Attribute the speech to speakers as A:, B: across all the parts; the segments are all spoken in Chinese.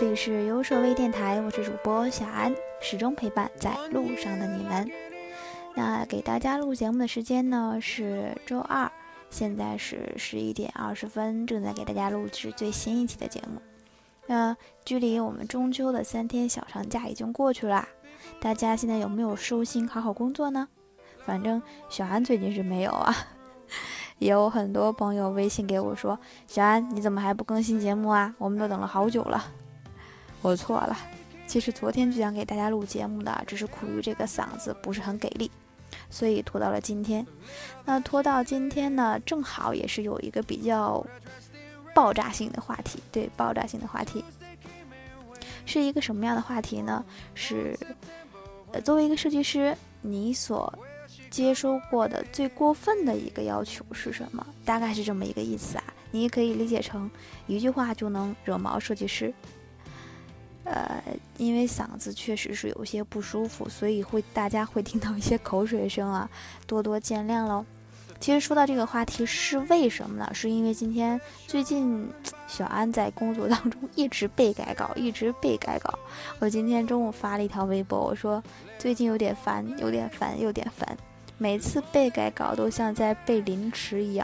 A: 里是优设微电台，我是主播小安，始终陪伴在路上的你们。那给大家录节目的时间呢是周二，现在是11点20分，正在给大家录制最新一期的节目。那距离我们中秋的3天小长假已经过去了，大家现在有没有收心好好工作呢？反正小安最近是没有啊。也有很多朋友微信给我说，小安你怎么还不更新节目啊？我们都等了好久了。我错了，其实昨天就想给大家录节目的，只是苦于这个嗓子不是很给力，所以拖到了今天。那拖到今天呢，正好也是有一个比较爆炸性的话题。对，爆炸性的话题是一个什么样的话题呢？是作为一个设计师，你所接收过的最过分的一个要求是什么？大概是这么一个意思啊，你也可以理解成一句话就能惹毛设计师。因为嗓子确实是有些不舒服，所以大家会听到一些口水声啊，多多见谅喽。其实说到这个话题是为什么呢？是因为最近小安在工作当中一直被改稿。我今天中午发了一条微博，我说最近有点烦，每次被改稿都像在被凌迟一样。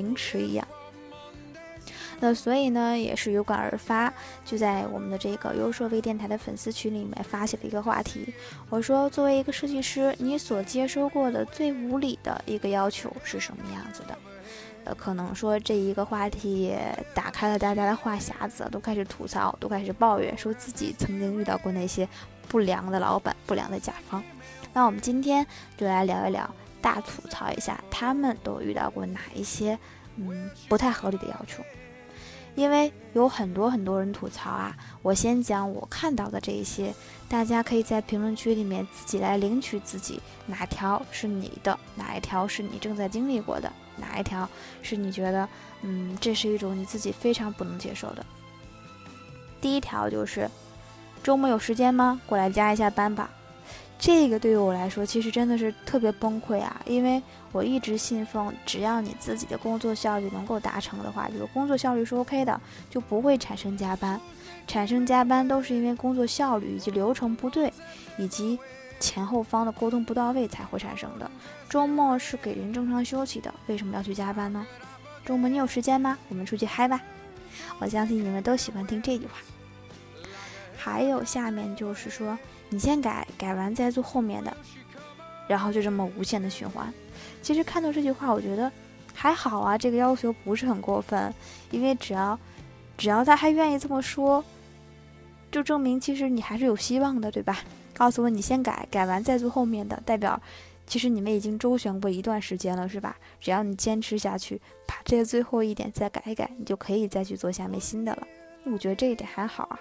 A: 那所以呢，也是有感而发，就在我们的这个优设微电台的粉丝群里面发起了一个话题。我说，作为一个设计师，你所接收过的最无理的一个要求是什么样子的？可能说这一个话题打开了大家的话匣子，都开始吐槽，都开始抱怨，说自己曾经遇到过那些不良的老板、不良的甲方。那我们今天就来聊一聊，大吐槽一下他们都遇到过哪一些不太合理的要求。因为有很多人吐槽啊，我先讲我看到的这一些，大家可以在评论区里面自己来领取自己哪条是你的，哪一条是你正在经历过的，哪一条是你觉得这是一种你自己非常不能接受的。第一条就是周末有时间吗？过来加一下班吧。这个对于我来说其实真的是特别崩溃啊，因为我一直信奉，只要你自己的工作效率能够达成的话，就是工作效率是 OK 的，就不会产生加班。产生加班都是因为工作效率以及流程不对，以及前后方的沟通不到位才会产生的。周末是给人正常休息的，为什么要去加班呢？周末你有时间吗？我们出去嗨吧。我相信你们都喜欢听这句话。还有下面就是说，你先改完再做后面的，然后就这么无限的循环。其实看到这句话，我觉得还好啊，这个要求不是很过分，因为只要他还愿意这么说，就证明其实你还是有希望的，对吧？告诉我你先改完再做后面的，代表其实你们已经周旋过一段时间了，是吧？只要你坚持下去，把这最后一点再改一改，你就可以再去做下面新的了。我觉得这一点还好啊。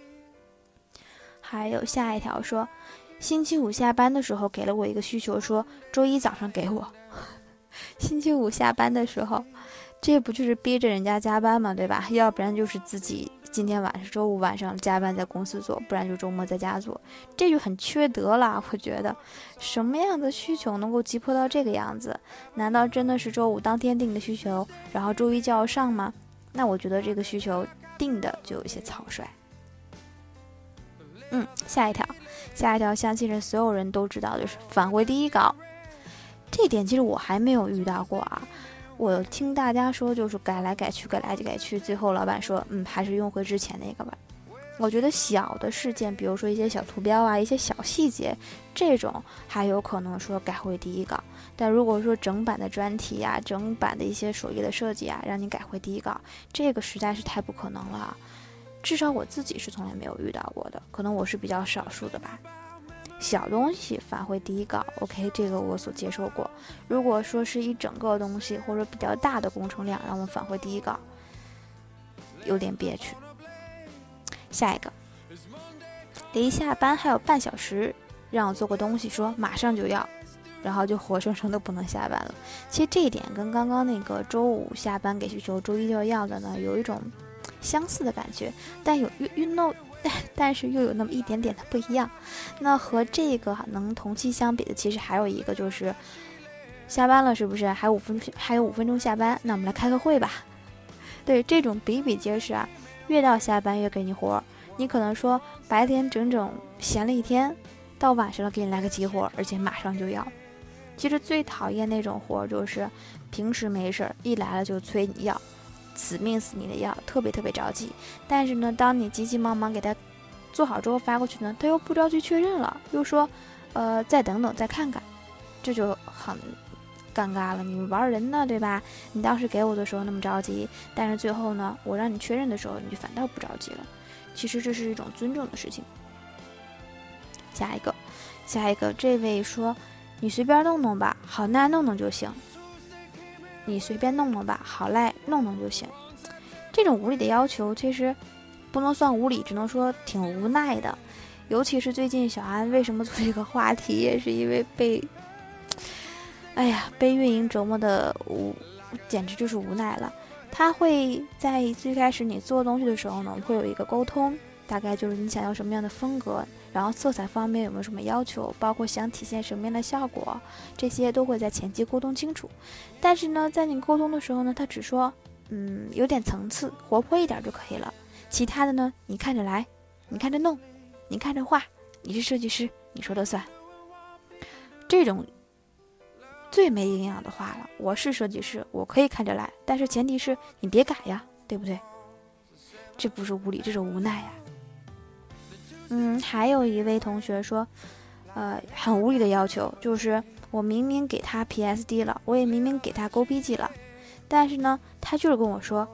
A: 还有下一条说，星期五下班的时候给了我一个需求，说周一早上给我。星期五下班的时候，这不就是逼着人家加班吗？对吧？要不然就是自己今天周五晚上加班在公司做，不然就周末在家做，这就很缺德了。我觉得什么样的需求能够急迫到这个样子？难道真的是周五当天定的需求，然后周一就要上吗？那我觉得这个需求定的就有一些草率。下一条相信是所有人都知道，就是返回第一稿。这点其实我还没有遇到过啊，我听大家说就是改来改去，最后老板说还是用回之前那个吧。我觉得小的事件，比如说一些小图标啊，一些小细节，这种还有可能说改回第一稿。但如果说整版的专题啊，整版的一些首页的设计啊，让你改回第一稿，这个实在是太不可能了。至少我自己是从来没有遇到过的，可能我是比较少数的吧。小东西返回第一稿 OK， 这个我所接受过。如果说是一整个东西或者比较大的工程量让我返回第一稿，有点憋屈。下一个，离下班还有半小时让我做个东西，说马上就要，然后就活生生的不能下班了。其实这一点跟刚刚那个周五下班给需求周一就要的呢有一种相似的感觉，但是又有那么一点点的不一样。那和这个能同期相比的，其实还有一个就是下班了，是不是还有5分钟下班？那我们来开个会吧。对，这种比比皆是啊，越到下班越给你活， 你可能说白天整整闲了一天，到晚上了给你来个急活，而且马上就要。其实最讨厌那种活就是平时没事一来了就催你要，死命死你的要，特别着急。但是呢，当你急急忙忙给他做好之后发过去呢，他又不着急确认了，又说再等等再看看，这就很尴尬了。你玩人呢，对吧？你当时给我的时候那么着急，但是最后呢，我让你确认的时候，你就反倒不着急了。其实这是一种尊重的事情。下一个，这位说你随便弄弄吧，好赖弄弄就行。你随便弄弄吧，好赖弄弄就行。这种无理的要求其实不能算无理，只能说挺无奈的。尤其是最近小安为什么做这个话题，也是因为被运营折磨的简直就是无奈了。他会在最开始你做东西的时候呢，会有一个沟通，大概就是你想要什么样的风格，然后色彩方面有没有什么要求，包括想体现什么样的效果，这些都会在前期沟通清楚。但是呢，在你沟通的时候呢，他只说有点层次，活泼一点就可以了。其他的呢，你看着来，你看着弄，你看着画，你是设计师，你说了算。这种最没营养的话了。我是设计师，我可以看着来，但是前提是你别改呀，对不对？这不是无理，这是无奈呀。还有一位同学说，很无理的要求，就是我明明给他 PSD 了，我也明明给他勾 PG 了，但是呢，他就是跟我说，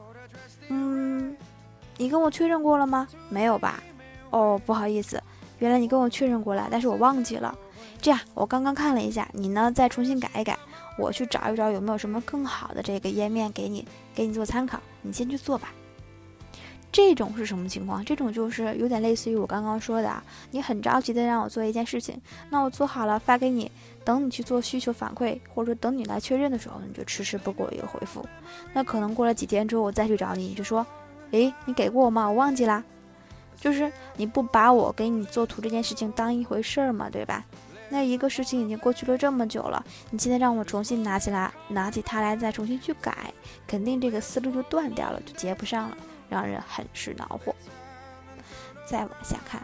A: 你跟我确认过了吗？没有吧？哦，不好意思，原来你跟我确认过了，但是我忘记了。这样，我刚刚看了一下，你呢再重新改一改，我去找一找有没有什么更好的这个页面给你做参考，你先去做吧。这种是什么情况？这种就是有点类似于我刚刚说的啊，你很着急的让我做一件事情，那我做好了发给你，等你去做需求反馈，或者等你来确认的时候，你就迟迟不给我一个回复。那可能过了几天之后，我再去找你，你就说，诶，你给过我吗？我忘记啦。就是你不把我给你做图这件事情当一回事儿嘛，对吧？那一个事情已经过去了这么久了，你现在让我重新拿起它来再重新去改，肯定这个思路就断掉了，就接不上了，让人很是恼火。再往下看，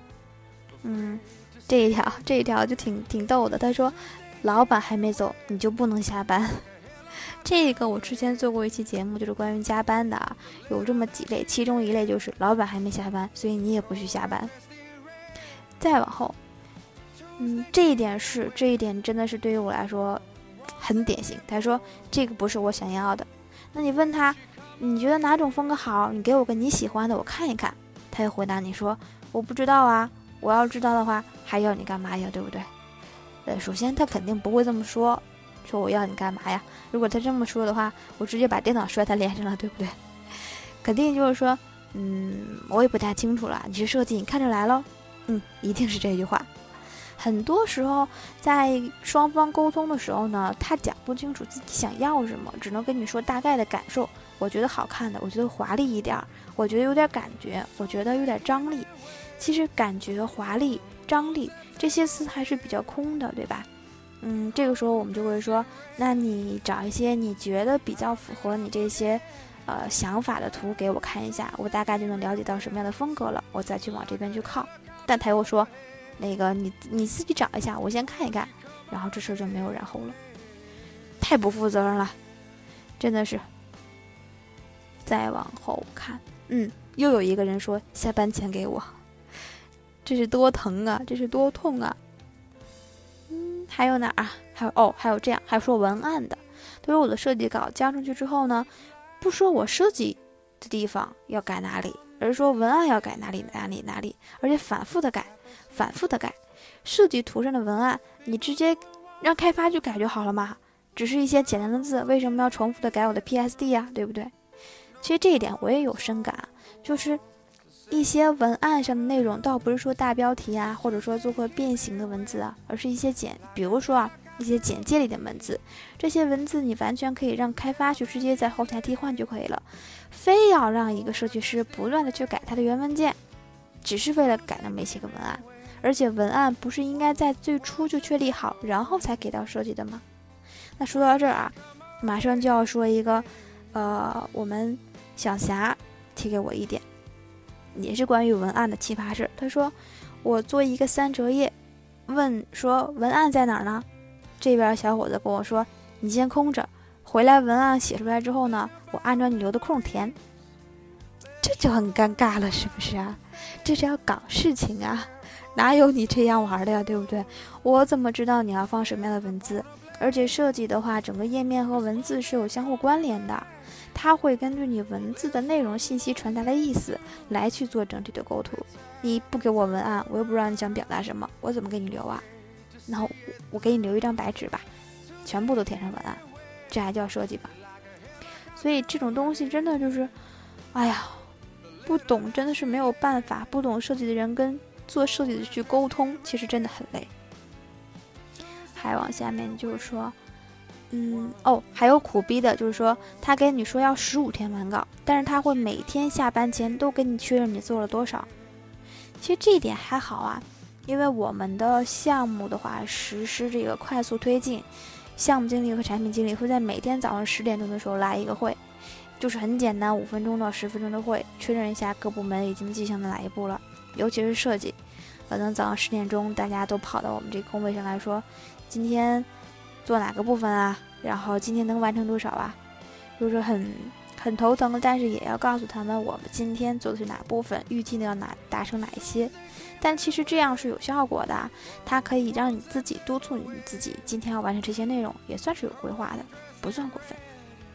A: 这一条就挺逗的。他说，老板还没走，你就不能下班。这个我之前做过一期节目，就是关于加班的啊，有这么几类，其中一类就是老板还没下班，所以你也不许下班。再往后，这一点真的是对于我来说很典型。他说这个不是我想要的，那你问他，你觉得哪种风格好？你给我个你喜欢的，我看一看。他又回答你说，我不知道啊，我要知道的话还要你干嘛呀，对不对？首先他肯定不会这么说我要你干嘛呀？如果他这么说的话，我直接把电脑摔他脸上了，对不对？肯定就是说，我也不太清楚了。你是设计，你看着来咯。一定是这句话。很多时候在双方沟通的时候呢，他讲不清楚自己想要什么，只能跟你说大概的感受。我觉得好看的，我觉得华丽一点，我觉得有点感觉，我觉得有点张力。其实感觉、华丽、张力这些词还是比较空的，对吧？这个时候我们就会说，那你找一些你觉得比较符合你这些想法的图给我看一下，我大概就能了解到什么样的风格了，我再去往这边去靠。但他又说，那个你自己找一下，我先看一看，然后这事就没有然后了，太不负责任了，真的是。再往后看，又有一个人说下班前给我，这是多疼啊，这是多痛啊。还有哪儿啊？还有这样，还说文案的，对于我的设计稿交上去之后呢，不说我设计的地方要改哪里，而是说文案要改哪里，而且反复的改。设计图上的文案，你直接让开发去改就好了嘛，只是一些简单的字，为什么要重复的改我的 PSD 呀，对不对？其实这一点我也有深感，就是一些文案上的内容倒不是说大标题啊，或者说做过变形的文字啊，而是一些比如说一些简介里的文字，这些文字你完全可以让开发去直接在后台替换就可以了，非要让一个设计师不断的去改它的原文件，只是为了改那么一些个文案。而且文案不是应该在最初就确立好，然后才给到设计的吗？那说到这儿啊，马上就要说一个我们小霞提给我一点， 也是关于文案的奇葩事。他说我做一个3折页，问说文案在哪儿呢？这边小伙子跟我说你先空着，回来文案写出来之后呢，我按照你留的空填。这就很尴尬了，是不是啊？这是要搞事情啊，哪有你这样玩的呀，对不对？我怎么知道你要放什么样的文字？而且设计的话，整个页面和文字是有相互关联的，它会根据你文字的内容信息传达的意思来去做整体的构图。你不给我文案，我又不知道你想表达什么，我怎么给你留啊？然后我给你留一张白纸吧，全部都填上文案，这还叫设计吧？所以这种东西真的就是，哎呀，不懂真的是没有办法，不懂设计的人跟做设计的去沟通，其实真的很累。还往下面就是说，还有苦逼的，就是说他跟你说要15天完稿，但是他会每天下班前都跟你确认你做了多少。其实这一点还好啊，因为我们的项目的话实施这个快速推进，项目经理和产品经理会在每天早上10点钟的时候来一个会，就是很简单，5分钟到10分钟的会，确认一下各部门已经进行了哪一步了，尤其是设计，可能早上10点钟大家都跑到我们这个工位上来说，今天做哪个部分啊？然后今天能完成多少啊？就是很头疼，但是也要告诉他们我们今天做的是哪部分，预计要达成哪一些。但其实这样是有效果的，它可以让你自己督促你自己今天要完成这些内容，也算是有规划的，不算过分。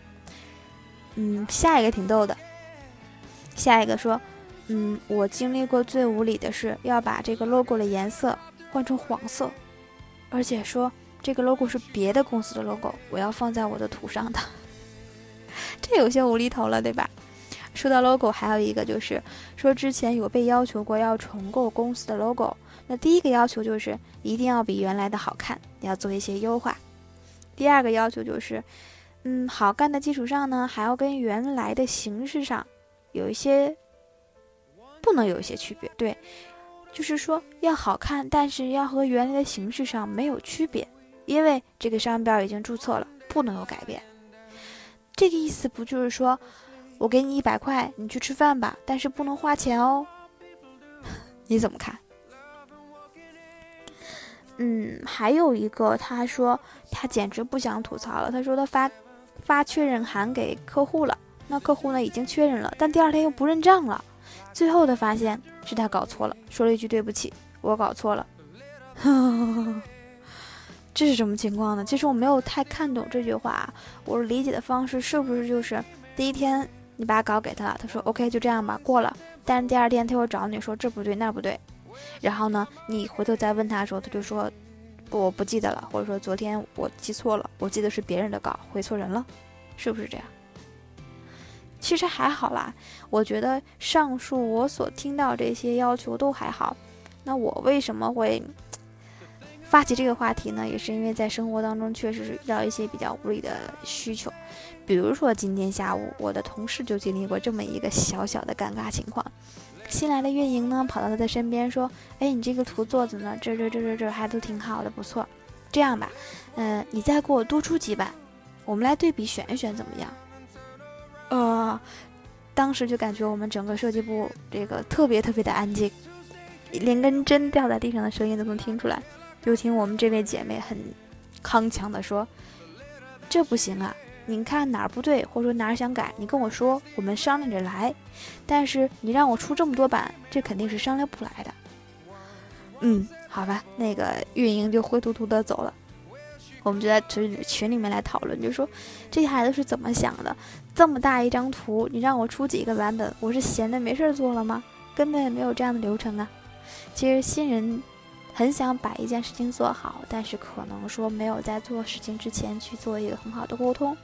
A: 下一个挺逗的，下一个说，我经历过最无理的是要把这个 logo 的颜色换成黄色，而且说这个 logo 是别的公司的 logo， 我要放在我的图上的。这有些无厘头了，对吧？说到 logo， 还有一个就是说之前有被要求过要重构公司的 logo， 那第一个要求就是一定要比原来的好看，要做一些优化。第二个要求就是好看的基础上呢，还要跟原来的形式上不能有一些区别。对，就是说要好看，但是要和原来的形式上没有区别，因为这个商标已经注册了，不能有改变。这个意思不就是说我给你100块，你去吃饭吧，但是不能花钱哦。你怎么看？还有一个他说他简直不想吐槽了，他说他发确认函给客户了，那客户呢已经确认了，但第2天又不认账了，最后他发现是他搞错了，说了一句对不起，我搞错了。这是什么情况呢？其实我没有太看懂这句话，我理解的方式是不是就是第1天你把稿给他了，他说 OK 就这样吧，过了，但是第2天他又找你说这不对那不对，然后呢你回头再问他的时候，他就说我不记得了，或者说昨天我记错了，我记得是别人的稿，回错人了，是不是这样？其实还好啦，我觉得上述我所听到这些要求都还好。那我为什么会发起这个话题呢？也是因为在生活当中确实是遇到一些比较无理的需求，比如说今天下午我的同事就经历过这么一个小小的尴尬情况。新来的运营呢跑到他的身边说，你这个图做的呢这还都挺好的，不错，这样吧你再给我多出几版，我们来对比选一选怎么样。当时就感觉我们整个设计部这个特别特别的安静，连根针掉在地上的声音都能听出来。就听我们这位姐妹很铿锵的说，这不行啊，你看哪儿不对，或者说哪儿想改，你跟我说，我们商量着来，但是你让我出这么多版，这肯定是商量不来的。好吧，那个运营就灰突突的走了。我们就在群里面来讨论，就说这孩子是怎么想的，这么大一张图你让我出几个版本，我是闲的没事做了吗？根本也没有这样的流程啊。其实新人很想把一件事情做好，但是可能说没有在做事情之前去做一个很好的沟通，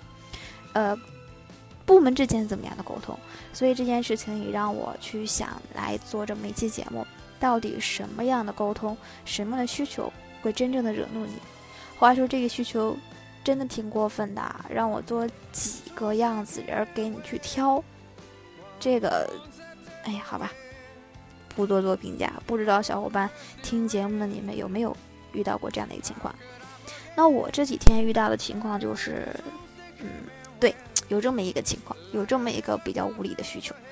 A: 部门之间怎么样的沟通，所以这件事情也让我去想来做这么一期节目，到底什么样的沟通，什么样的需求会真正的惹怒你。话说这个需求真的挺过分的，让我做几个样子人给你去挑，这个好吧，不多做评价。不知道小伙伴听节目的你们有没有遇到过这样的一个情况。那我这几天遇到的情况就是对，有这么一个情况，有这么一个比较无理的需求。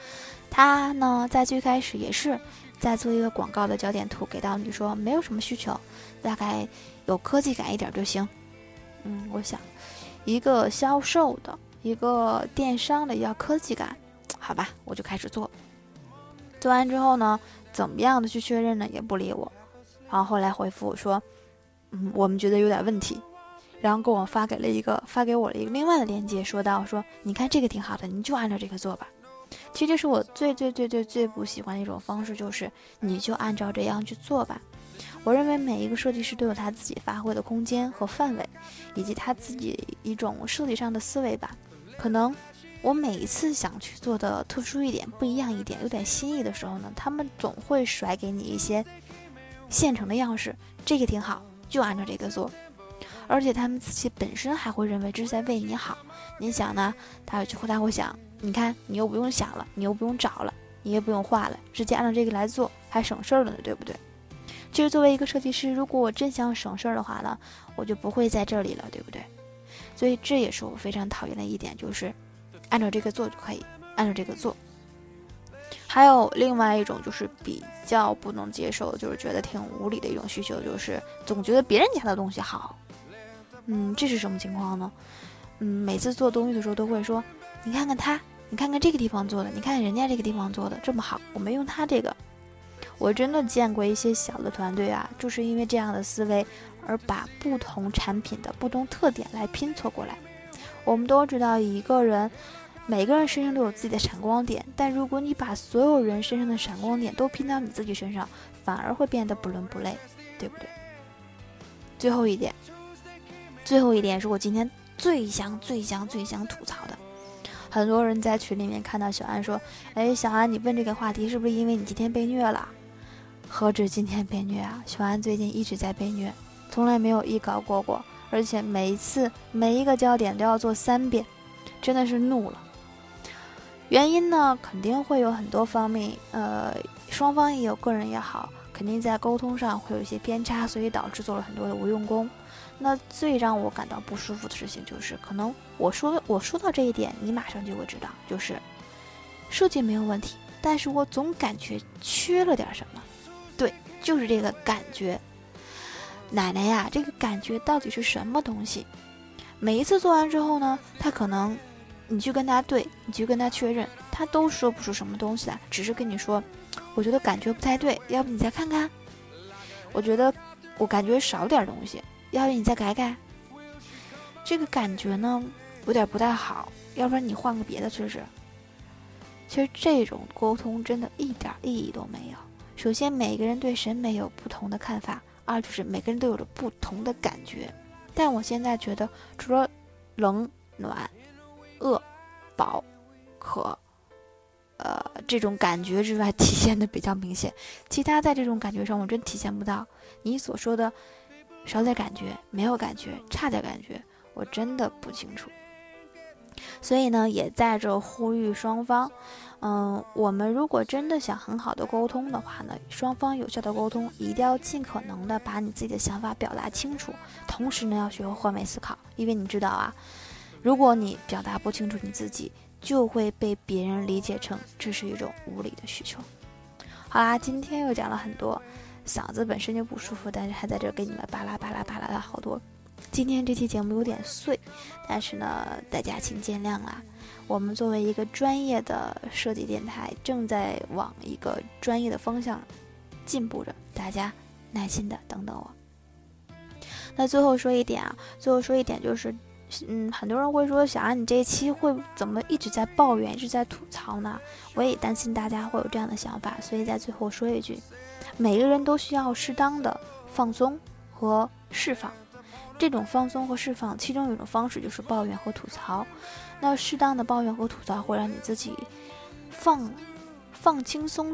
A: 他呢在最开始也是在做一个广告的焦点图给到你，说没有什么需求，大概有科技感一点就行。我想一个销售的，一个电商的要科技感，好吧，我就开始做。做完之后呢，怎么样的去确认呢，也不理我。然后后来回复我说，我们觉得有点问题，然后给我发给我了一个另外的链接，说你看这个挺好的，你就按照这个做吧。其实这是我最不喜欢的一种方式，就是你就按照这样去做吧。我认为每一个设计师都有他自己发挥的空间和范围，以及他自己一种设计上的思维吧。可能我每一次想去做的特殊一点、不一样一点、有点新意的时候呢，他们总会甩给你一些现成的样式，这个挺好，就按照这个做。而且他们自己本身还会认为这是在为你好。你想呢，他会想，你看你又不用想了，你又不用找了，你也不用画了，直接按照这个来做，还省事儿了呢，对不对？其实作为一个设计师，如果我真想省事儿的话呢，我就不会在这里了，对不对？所以这也是我非常讨厌的一点，就是按照这个做就可以，按照这个做。还有另外一种就是比较不能接受，就是觉得挺无理的一种需求，就是总觉得别人家的东西好。这是什么情况呢？每次做东西的时候都会说，你看看他，你看看这个地方做的，你看看人家这个地方做的这么好，我没用他这个。我真的见过一些小的团队啊，就是因为这样的思维而把不同产品的不同特点来拼凑过来。我们都知道每个人身上都有自己的闪光点，但如果你把所有人身上的闪光点都拼到你自己身上，反而会变得不伦不类，对不对？最后一点是我今天最想吐槽的。很多人在群里面看到小安说，小安你问这个话题是不是因为你今天被虐了？何止今天被虐啊，小安最近一直在被虐，从来没有一稿过，而且每一个焦点都要做3遍，真的是怒了。原因呢肯定会有很多方面，双方也有，个人也好，肯定在沟通上会有一些偏差，所以导致做了很多的无用功。那最让我感到不舒服的事情就是，可能我说到这一点，你马上就会知道，就是设计没有问题，但是我总感觉缺了点什么。对，就是这个感觉。奶奶呀，这个感觉到底是什么东西？每一次做完之后呢，他可能你去跟他确认，他都说不出什么东西来，只是跟你说，我觉得感觉不太对，要不你再看看。我感觉少点东西，要不你再改改。这个感觉呢有点不太好，要不然你换个别的试试。其实这种沟通真的一点意义都没有。首先每个人对审美有不同的看法，二就是每个人都有着不同的感觉。但我现在觉得除了冷暖饿饱渴这种感觉之外体现的比较明显，其他在这种感觉上我真体现不到。你所说的少点感觉，没有感觉，差点感觉，我真的不清楚。所以呢也在这呼吁双方，我们如果真的想很好的沟通的话呢，双方有效的沟通一定要尽可能的把你自己的想法表达清楚，同时呢要学会换位思考。因为你知道啊，如果你表达不清楚你自己，就会被别人理解成这是一种无理的需求。好啦，今天又讲了很多，嗓子本身就不舒服，但是还在这给你们巴拉的好多。今天这期节目有点碎，但是呢大家请见谅啦。我们作为一个专业的设计电台，正在往一个专业的方向进步着，大家耐心的等等我。那最后说一点就是，很多人会说，小安你这一期会怎么一直在抱怨，一直在吐槽呢？我也担心大家会有这样的想法，所以在最后说一句，每个人都需要适当的放松和释放。这种放松和释放，其中有一种方式就是抱怨和吐槽。那适当的抱怨和吐槽会让你自己放轻松，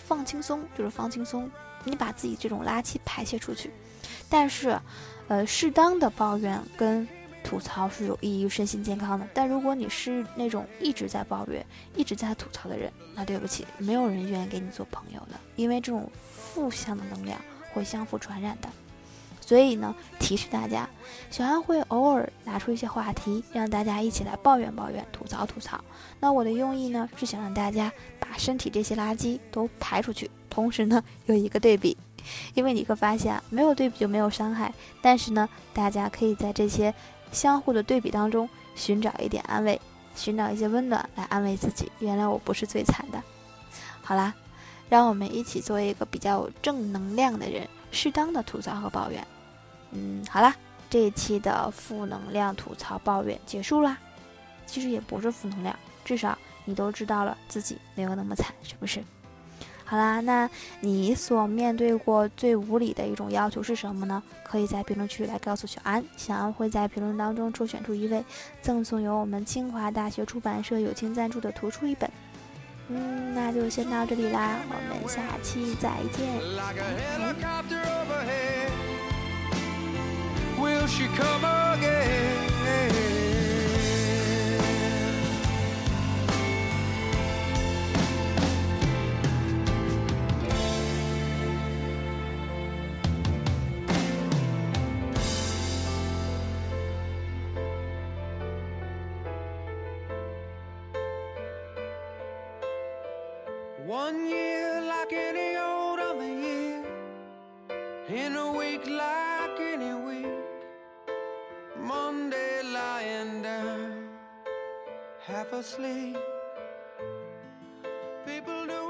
A: 你把自己这种垃圾排泄出去。但是适当的抱怨跟吐槽是有益于身心健康的。但如果你是那种一直在抱怨一直在吐槽的人，那对不起，没有人愿意跟你做朋友的，因为这种负向的能量会相互传染的。 所以呢，提示大家，小安会偶尔拿出一些话题，让大家一起来抱怨抱怨、吐槽吐槽。那我的用意呢，是想让大家把身体这些垃圾都排出去，同时呢，有一个对比。因为你会发现，没有对比就没有伤害。但是呢，大家可以在这些相互的对比当中寻找一点安慰，寻找一些温暖来安慰自己。原来我不是最惨的。好啦，让我们一起做一个比较有正能量的人，适当的吐槽和抱怨。好啦，这一期的负能量吐槽抱怨结束啦。其实也不是负能量，至少你都知道了自己没有那么惨，是不是？好啦，那你所面对过最无理的一种要求是什么呢？可以在评论区来告诉小安，小安会在评论当中抽选出一位，赠送由我们清华大学出版社友情赞助的图书一本。那就先到这里啦，我们下期再见。Will she come again? One year like any old other year, in a week like any week, Monday lying down, half asleep. People do